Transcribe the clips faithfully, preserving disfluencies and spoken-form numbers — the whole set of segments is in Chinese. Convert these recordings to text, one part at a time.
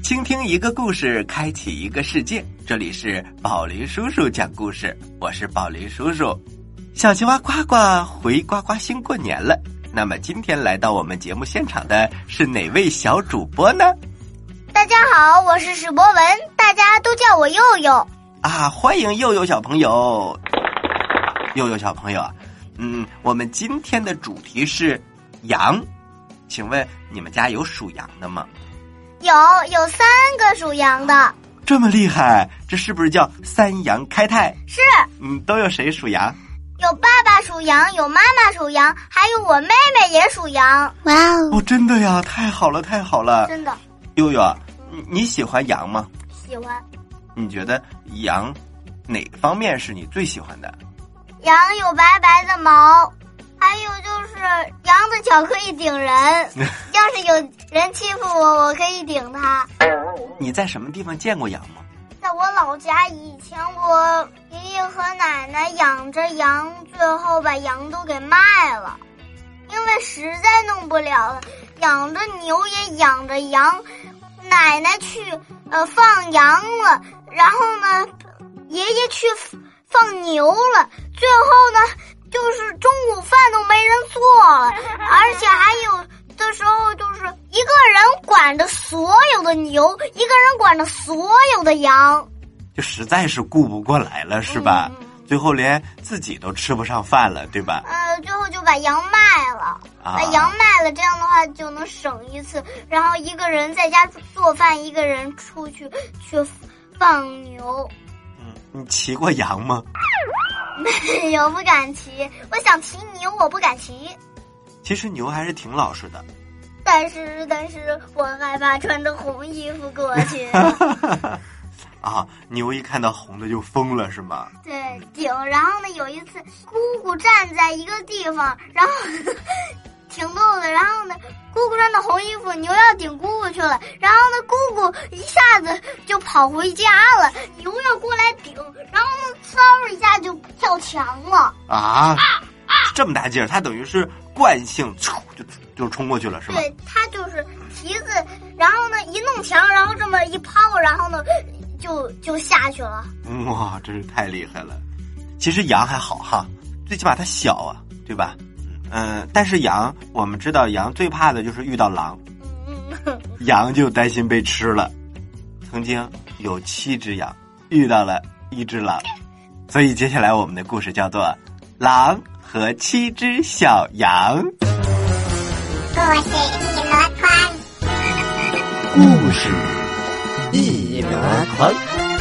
倾听一个故事，开启一个世界。这里是宝林叔叔讲故事，我是宝林叔叔。小青蛙呱呱回呱呱星过年了，那么今天来到我们节目现场的是哪位小主播呢？ 大家好，我是史博文，大家都叫我佑佑啊！欢迎佑佑小朋友。佑佑小朋友啊，嗯，我们今天的主题是羊，请问你们家有属羊的吗？ 有，有三个属羊的。 这么厉害，这是不是叫三羊开泰？ 是。 嗯，都有谁属羊？ 有爸爸属羊，有妈妈属羊，还有我妹妹也属羊。 哇哦！ 哦，真的呀，太好了，太好了！ 真的。 佑佑，你你喜欢羊吗？ 喜欢。 你觉得羊哪方面是你最喜欢的？ 羊有白白的毛。还有就是羊的脚可以顶人，要是有人欺负我，我可以顶他。 你在什么地方见过羊吗？ 在我老家，以前我爷爷和奶奶养着羊，最后把羊都给卖了，因为实在弄不了了。养着牛也养着羊，奶奶去呃放羊了，然后呢，爷爷去放牛了，最后呢。就是中午饭都没人做了，而且还有的时候就是一个人管着所有的牛，一个人管着所有的羊， 就实在是顾不过来了，是吧？嗯、最后连自己都吃不上饭了，对吧？ 呃，最后就把羊卖了，啊、把羊卖了，这样的话就能省一次，然后一个人在家做饭，一个人出去去放牛。 嗯，你骑过羊吗？ 没有，不敢骑。我想骑牛，我不敢骑。 其实牛还是挺老实的。 但是，但是我害怕穿着红衣服过去。 啊，牛一看到红的就疯了，是吗？ 对，顶。然后呢，有一次姑姑站在一个地方，然后挺逗的。然后呢，姑姑穿的红衣服，牛要顶姑姑去了。然后呢，姑姑一下子就跑回家了，牛要过来顶，然后呢，嗖一下就跳墙了。 啊，这么大劲儿，它等于是惯性，就就冲过去了，是吧？ 对，它就是蹄子，然后呢一弄墙，然后这么一抛，然后呢就就下去了。 哇，真是太厉害了！其实羊还好哈，最起码它小啊，对吧？嗯，但是羊，我们知道羊最怕的就是遇到狼，羊就担心被吃了。曾经有七只羊遇到了一只狼，所以接下来我们的故事叫做《狼和七只小羊》。 故事一箩筐， 故事一箩筐。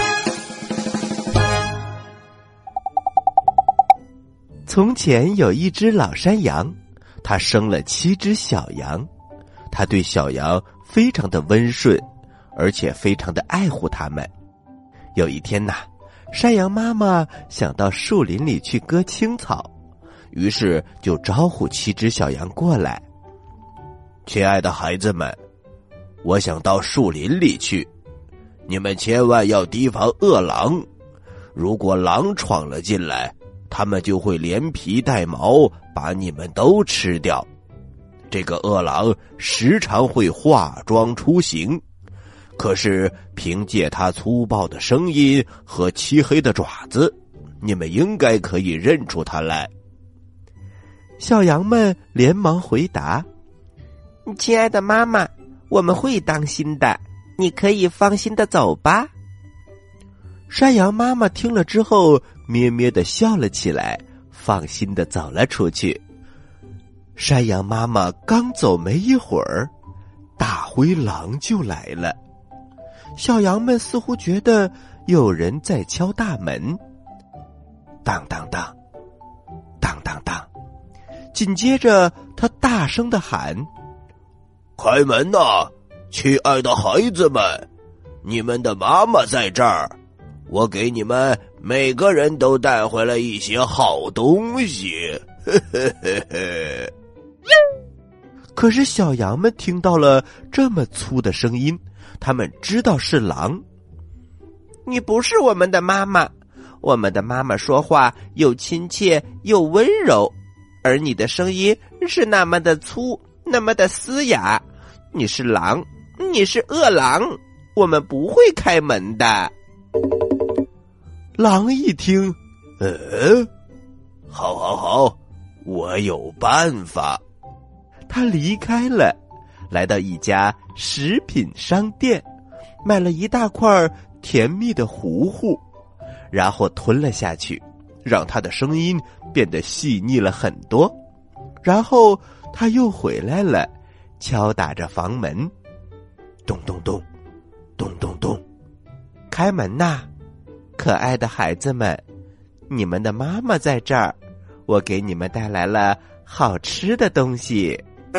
从前有一只老山羊，它生了七只小羊，它对小羊非常的温顺，而且非常的爱护它们。有一天呐，山羊妈妈想到树林里去割青草，于是就招呼七只小羊过来。亲爱的孩子们，我想到树林里去，你们千万要提防饿狼，如果狼闯了进来，他们就会连皮带毛把你们都吃掉。这个饿狼时常会化妆出行，可是凭借它粗暴的声音和漆黑的爪子，你们应该可以认出它来。小羊们连忙回答：亲爱的妈妈，我们会当心的，你可以放心的走吧。山羊妈妈听了之后咩咩地笑了起来，放心地走了出去。山羊妈妈刚走没一会儿，大灰狼就来了。小羊们似乎觉得有人在敲大门，当当当，当当当。紧接着他大声地喊：开门呐，亲爱的孩子们，你们的妈妈在这儿，我给你们每个人都带回来一些好东西，嘿嘿嘿嘿。可是小羊们听到了这么粗的声音，他们知道是狼。你不是我们的妈妈，我们的妈妈说话又亲切又温柔，而你的声音是那么的粗，那么的嘶哑。你是狼，你是饿狼， 我们不会开门的。狼一听，呃，好好好，我有办法。他离开了，来到一家食品商店，买了一大块甜蜜的糊糊，然后吞了下去，让他的声音变得细腻了很多。然后他又回来了，敲打着房门，咚咚咚，咚咚咚，开门呐！可爱的孩子们，你们的妈妈在这儿，我给你们带来了好吃的东西。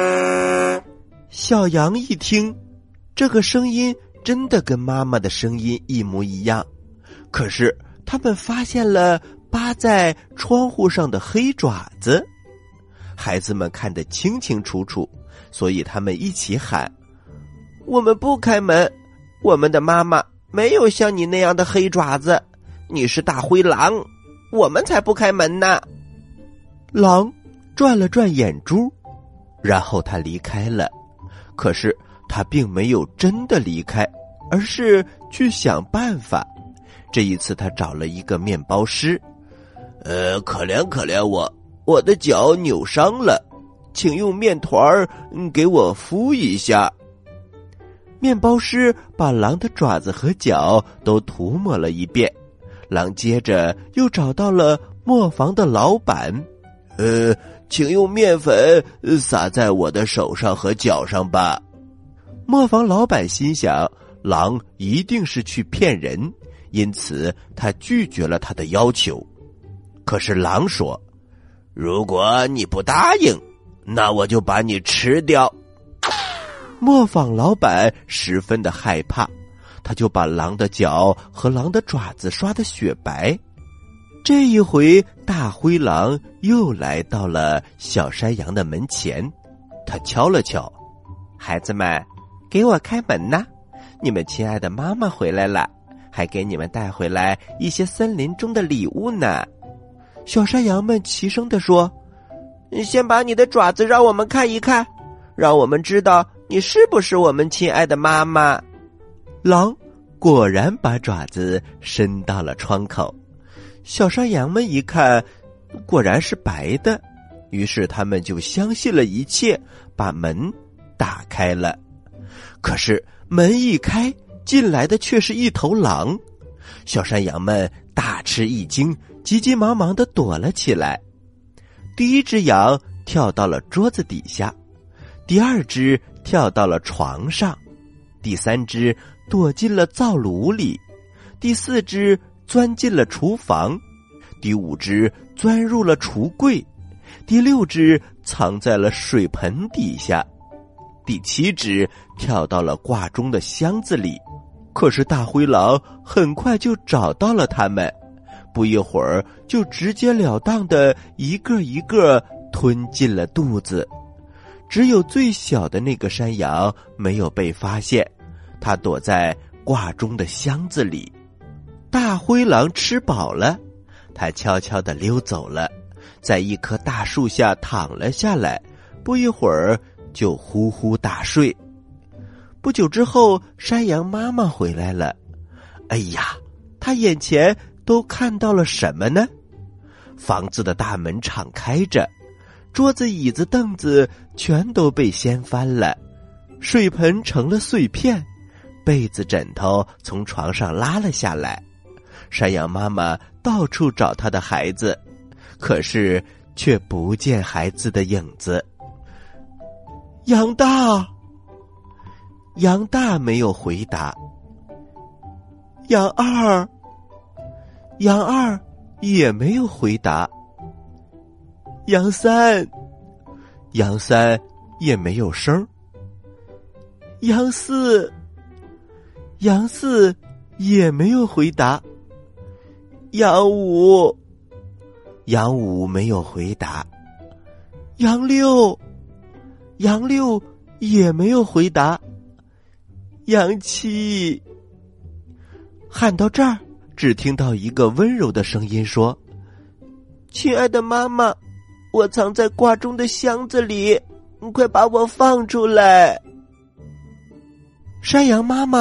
小羊一听，这个声音真的跟妈妈的声音一模一样，可是他们发现了扒在窗户上的黑爪子。孩子们看得清清楚楚，所以他们一起喊：我们不开门，我们的妈妈没有像你那样的黑爪子，你是大灰狼，我们才不开门呢。狼转了转眼珠，然后他离开了。可是他并没有真的离开，而是去想办法。这一次他找了一个面包师，呃，可怜可怜我，我的脚扭伤了，请用面团儿给我敷一下。面包师把狼的爪子和脚都涂抹了一遍。狼接着又找到了磨坊的老板，呃，请用面粉撒在我的手上和脚上吧。磨坊老板心想，狼一定是去骗人，因此他拒绝了他的要求。可是狼说，如果你不答应，那我就把你吃掉。磨坊老板十分的害怕，他就把狼的脚和狼的爪子刷得雪白。这一回，大灰狼又来到了小山羊的门前，他敲了敲，孩子们，给我开门呐！你们亲爱的妈妈回来了，还给你们带回来一些森林中的礼物呢。小山羊们齐声地说，先把你的爪子让我们看一看，让我们知道你是不是我们亲爱的妈妈。狼果然把爪子伸到了窗口，小山羊们一看，果然是白的，于是他们就相信了一切，把门打开了。可是门一开，进来的却是一头狼。小山羊们大吃一惊，急急忙忙地躲了起来。第一只羊跳到了桌子底下，第二只跳到了床上，第三只躲进了灶炉里，第四只钻进了厨房，第五只钻入了橱柜，第六只藏在了水盆底下，第七只跳到了挂钟的箱子里。可是大灰狼很快就找到了它们，不一会儿就直截了当的一个一个吞进了肚子。只有最小的那个山羊没有被发现，它躲在挂钟的箱子里。大灰狼吃饱了，它悄悄地溜走了，在一棵大树下躺了下来，不一会儿就呼呼大睡。不久之后，山羊妈妈回来了。哎呀，她眼前都看到了什么呢？房子的大门敞开着，桌子、椅子、凳子全都被掀翻了，水盆成了碎片，被子、枕头从床上拉了下来。山羊妈妈到处找她的孩子，可是却不见孩子的影子。羊大，羊大没有回答。羊二，羊二也没有回答。羊三，羊三也没有声。羊四，羊四也没有回答。羊五，羊五没有回答。羊六，羊六也没有回答。羊七。喊到这儿，只听到一个温柔的声音说：亲爱的妈妈，我藏在挂钟的箱子里，你快把我放出来。山羊妈妈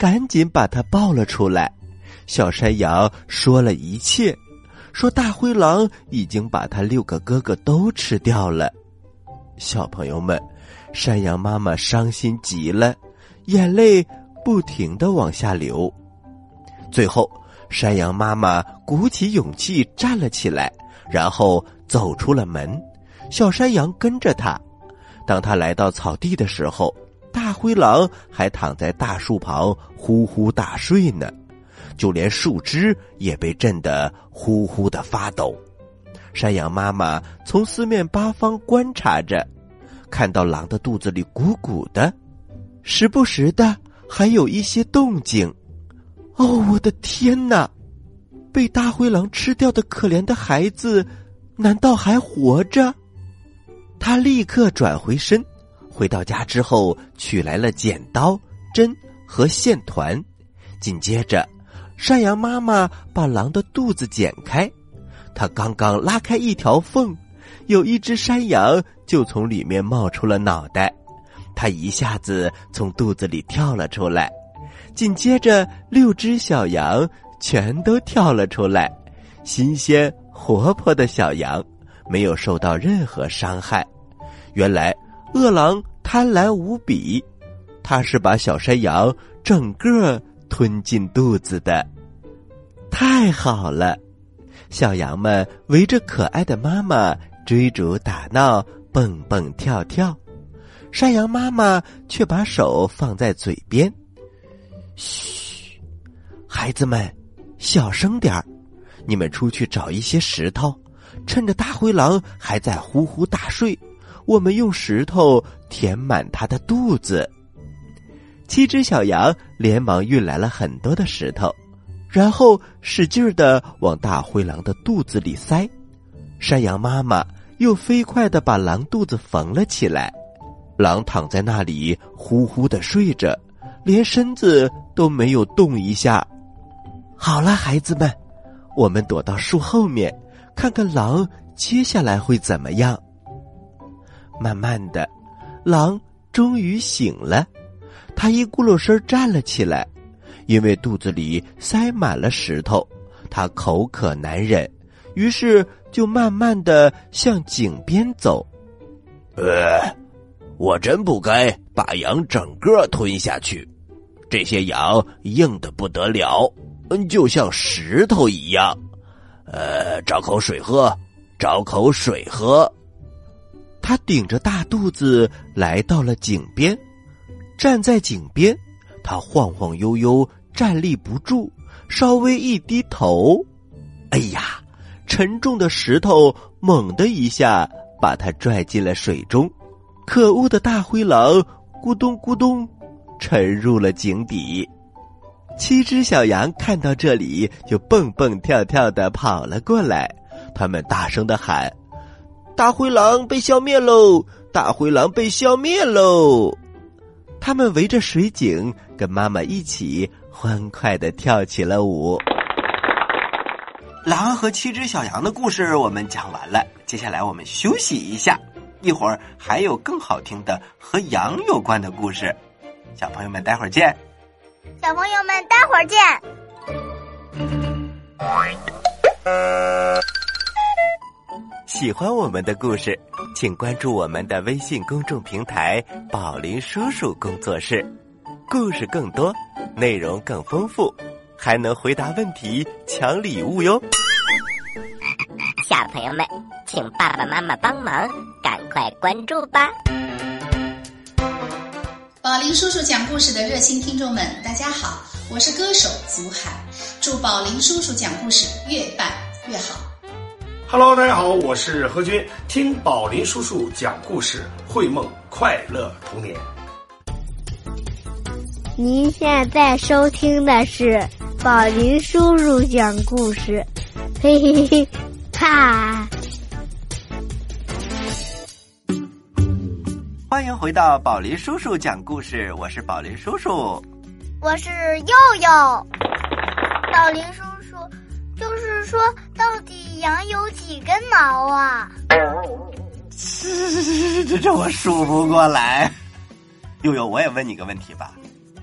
赶紧把他抱了出来。小山羊说了一切，说大灰狼已经把他六个哥哥都吃掉了。小朋友们，山羊妈妈伤心极了，眼泪不停地往下流。最后，山羊妈妈鼓起勇气站了起来，然后走出了门。小山羊跟着他。当他来到草地的时候，大灰狼还躺在大树旁呼呼大睡呢，就连树枝也被震得呼呼地发抖。山羊妈妈从四面八方观察着，看到狼的肚子里鼓鼓的，时不时的还有一些动静。哦，我的天哪！被大灰狼吃掉的可怜的孩子，难道还活着？他立刻转回身，回到家之后取来了剪刀、针和线团。紧接着，山羊妈妈把狼的肚子剪开，她刚刚拉开一条缝，有一只山羊就从里面冒出了脑袋，它一下子从肚子里跳了出来。紧接着，六只小羊全都跳了出来，新鲜活泼的小羊没有受到任何伤害。原来饿狼贪婪无比，他是把小山羊整个吞进肚子的。太好了，小羊们围着可爱的妈妈追逐打闹，蹦蹦跳跳。山羊妈妈却把手放在嘴边，嘘，孩子们，小声点儿，你们出去找一些石头，趁着大灰狼还在呼呼大睡，我们用石头填满它的肚子。七只小羊连忙运来了很多的石头，然后使劲地往大灰狼的肚子里塞。山羊妈妈又飞快地把狼肚子缝了起来。狼躺在那里呼呼地睡着，连身子都没有动一下。好了，孩子们，我们躲到树后面，看看狼接下来会怎么样。慢慢的，狼终于醒了，他一咕噜声站了起来，因为肚子里塞满了石头，他口渴难忍，于是就慢慢的向井边走。 呃，我真不该把羊整个吞下去，这些羊硬得不得了，就像石头一样。呃，找口水喝，找口水喝。 他顶着大肚子来到了井边，站在井边，他晃晃悠悠站立不住，稍微一低头，哎呀，沉重的石头猛地一下把他拽进了水中。可恶的大灰狼咕咚咕咚沉入了井底。七只小羊看到这里，就蹦蹦跳跳地跑了过来，他们大声地喊：大灰狼被消灭喽！大灰狼被消灭喽！他们围着水井，跟妈妈一起欢快地跳起了舞。狼和七只小羊的故事我们讲完了，接下来我们休息一下，一会儿还有更好听的和羊有关的故事。小朋友们，待会儿见。 小朋友们，待会儿见。 喜欢我们的故事，请关注我们的微信公众平台宝林叔叔工作室，故事更多，内容更丰富，还能回答问题抢礼物哟。 小朋友们，请爸爸妈妈帮忙，赶快关注吧。 宝林叔叔讲故事的热心听众们，大家好，我是歌手祖海，祝宝林叔叔讲故事越办越好。 Hello， 大家好，我是何军，听宝林叔叔讲故事，绘梦快乐童年。 您现在收听的是宝林叔叔讲故事，嘿嘿嘿，哈！ 欢迎回到宝林叔叔讲故事，我是宝林叔叔， 我是佑佑。宝林叔叔，就是说，到底羊有几根毛啊？ 这这我数不过来。佑佑，我也问你个问题吧，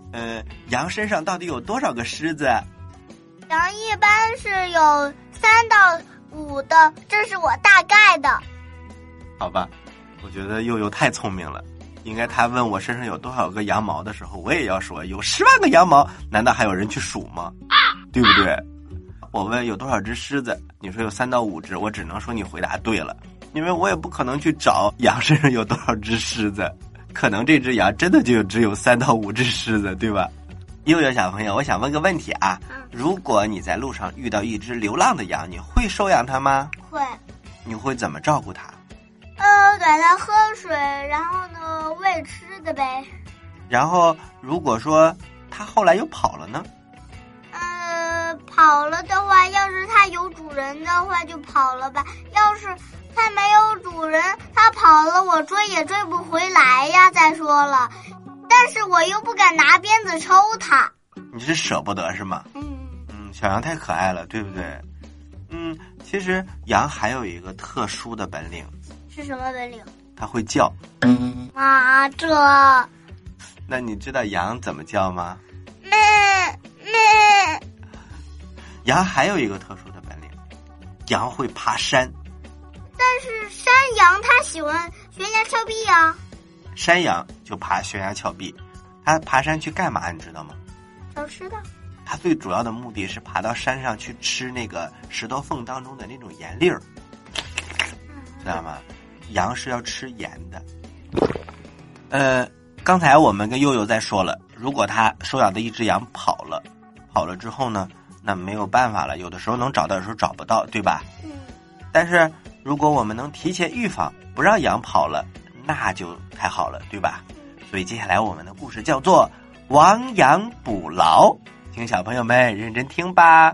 呃，羊身上到底有多少个虱子？ 羊一般是有三到五的，这是我大概的。 好吧，我觉得佑佑太聪明了。应该他问我身上有多少个羊毛的时候，我也要说有十万个羊毛，难道还有人去数吗？对不对？我问有多少只狮子，你说有三到五只，我只能说你回答对了，因为我也不可能去找羊身上有多少只狮子，可能这只羊真的就只有三到五只狮子，对吧？佑佑小朋友，我想问个问题啊，如果你在路上遇到一只流浪的羊，你会收养它吗？ 会。 你会怎么照顾它？ 呃，给它喝水，然后呢喂吃的呗。 然后如果说它后来又跑了呢？ 呃，跑了的话，要是它有主人的话就跑了吧，要是它没有主人，它跑了我追也追不回来呀。再说了，但是我又不敢拿鞭子抽它。 你是舍不得是吗？ 嗯嗯，小羊太可爱了，对不对？嗯，其实羊还有一个特殊的本领。 是什么本领？ 它会叫。 啊，这那你知道羊怎么叫吗？ 咩咩。 羊还有一个特殊的本领，羊会爬山。 但是山羊它喜欢悬崖峭壁啊。 山羊就爬悬崖峭壁，它爬山去干嘛？你知道吗？ 找吃的。 它最主要的目的是爬到山上去吃那个石头缝当中的那种盐粒儿，知道吗？羊是要吃盐的。呃，刚才我们跟悠悠在说了，如果他收养的一只羊跑了，跑了之后呢，那没有办法了，有的时候能找到，有时候找不到，对吧？ 嗯。 但是如果我们能提前预防，不让羊跑了，那就太好了，对吧？所以接下来我们的故事叫做《亡羊补牢》，请小朋友们认真听吧。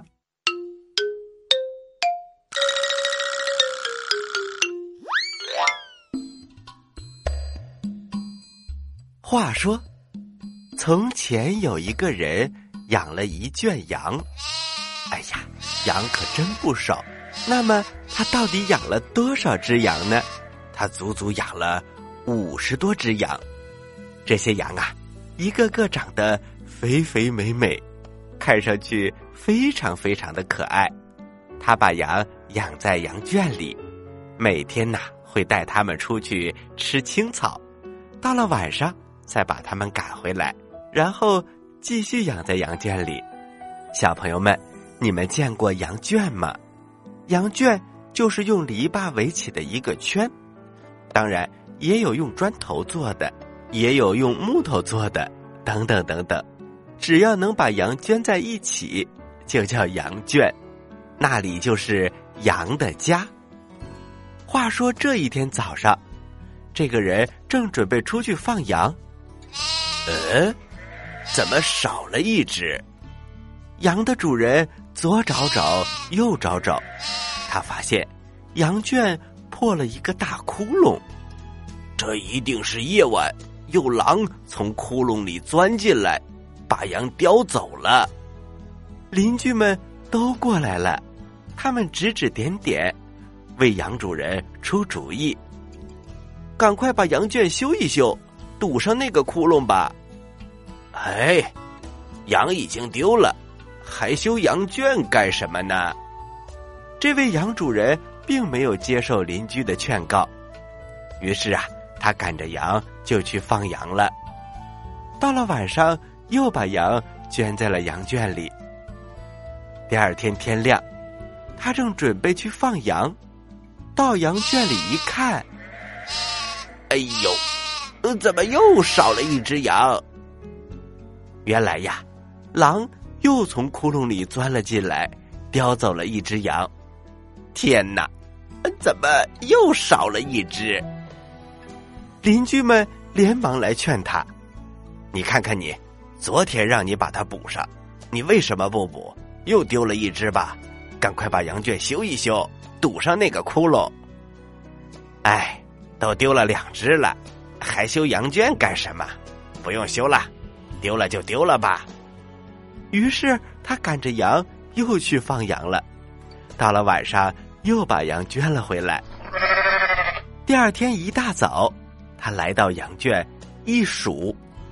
话说，从前有一个人养了一圈羊。哎呀，羊可真不少。那么他到底养了多少只羊呢？他足足养了五十多只羊。这些羊啊，一个个长得肥肥美美，看上去非常非常的可爱。他把羊养在羊圈里，每天呐、啊、会带它们出去吃青草，到了晚上再把它们赶回来，然后继续养在羊圈里。小朋友们，你们见过羊圈吗？羊圈就是用篱笆围起的一个圈，当然也有用砖头做的，也有用木头做的，等等等等。只要能把羊圈在一起，就叫羊圈，那里就是羊的家。话说这一天早上，这个人正准备出去放羊，呃，怎么少了一只？羊的主人左找找右找找，他发现羊圈破了一个大窟窿，这一定是夜晚有狼从窟窿里钻进来，把羊叼走了。邻居们都过来了，他们指指点点，为羊主人出主意。赶快把羊圈修一修，堵上那个窟窿吧。哎，羊已经丢了，还修羊圈干什么呢？这位羊主人并没有接受邻居的劝告，于是啊，他赶着羊就去放羊了。到了晚上，又把羊圈在了羊圈里。第二天天亮，他正准备去放羊，到羊圈里一看，哎呦，怎么又少了一只羊？原来呀，狼又从窟窿里钻了进来，叼走了一只羊。天哪，怎么又少了一只？邻居们连忙来劝他，你看看你，昨天让你把它补上，你为什么不补？又丢了一只吧，赶快把羊圈修一修，堵上那个窟窿。哎，都丢了两只了，还修羊圈干什么？不用修了，丢了就丢了吧。于是他赶着羊又去放羊了，到了晚上又把羊圈了回来。第二天一大早，他来到羊圈一数，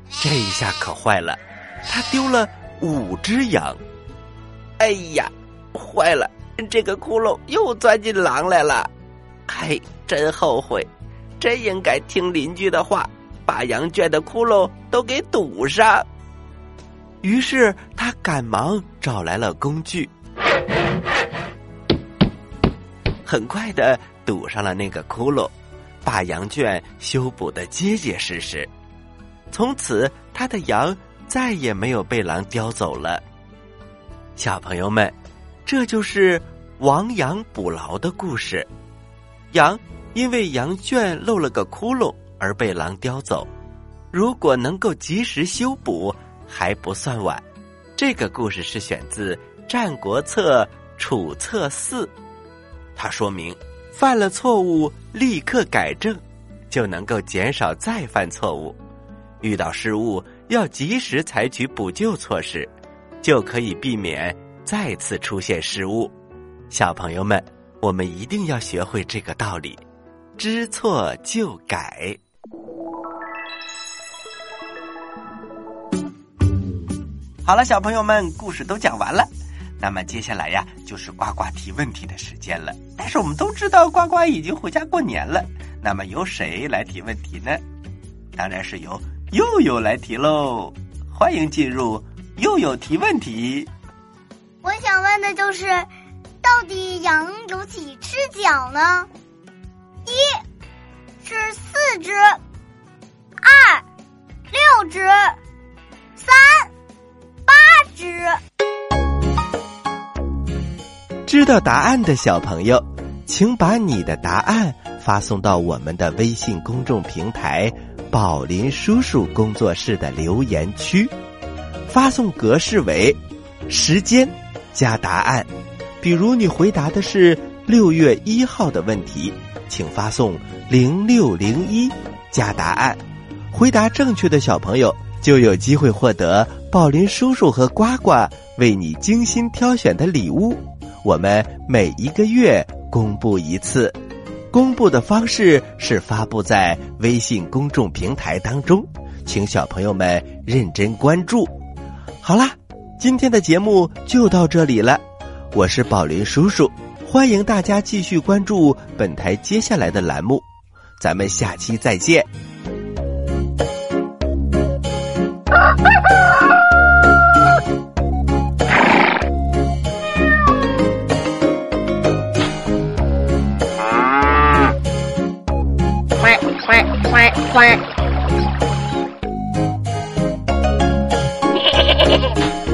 这一下可坏了，他丢了五只羊。 哎呀，坏了，这个窟窿又钻进狼来了。嘿，真后悔，真应该听邻居的话，把羊圈的窟窿都给堵上。 于是他赶忙找来了工具，很快的堵上了那个窟窿，把羊圈修补得结结实实。从此他的羊再也没有被狼叼走了。小朋友们，这就是亡羊补牢的故事。羊因为羊圈漏了个窟窿而被狼叼走，如果能够及时修补还不算晚。这个故事是选自《战国策·楚策四》，它说明犯了错误立刻改正，就能够减少再犯错误。遇到失误要及时采取补救措施，就可以避免再次出现失误。小朋友们，我们一定要学会这个道理，知错就改。好了，小朋友们，故事都讲完了。那么接下来呀，就是呱呱提问题的时间了。但是我们都知道呱呱已经回家过年了，那么由谁来提问题呢？当然是由佑佑来提喽。欢迎进入佑佑提问题。 我想问的就是，到底羊有几只脚呢？一是四只，二六只，三八只。 知道答案的小朋友，请把你的答案发送到我们的微信公众平台宝林叔叔工作室的留言区，发送格式为时间加答案。比如你回答的是六月一号的问题，请发送零六零一加答案。回答正确的小朋友就有机会获得宝林叔叔和呱呱为你精心挑选的礼物。我们每一个月公布一次，公布的方式是发布在微信公众平台当中，请小朋友们认真关注。好啦，今天的节目就到这里了，我是宝林叔叔，欢迎大家继续关注本台接下来的栏目，咱们下期再见。 快快！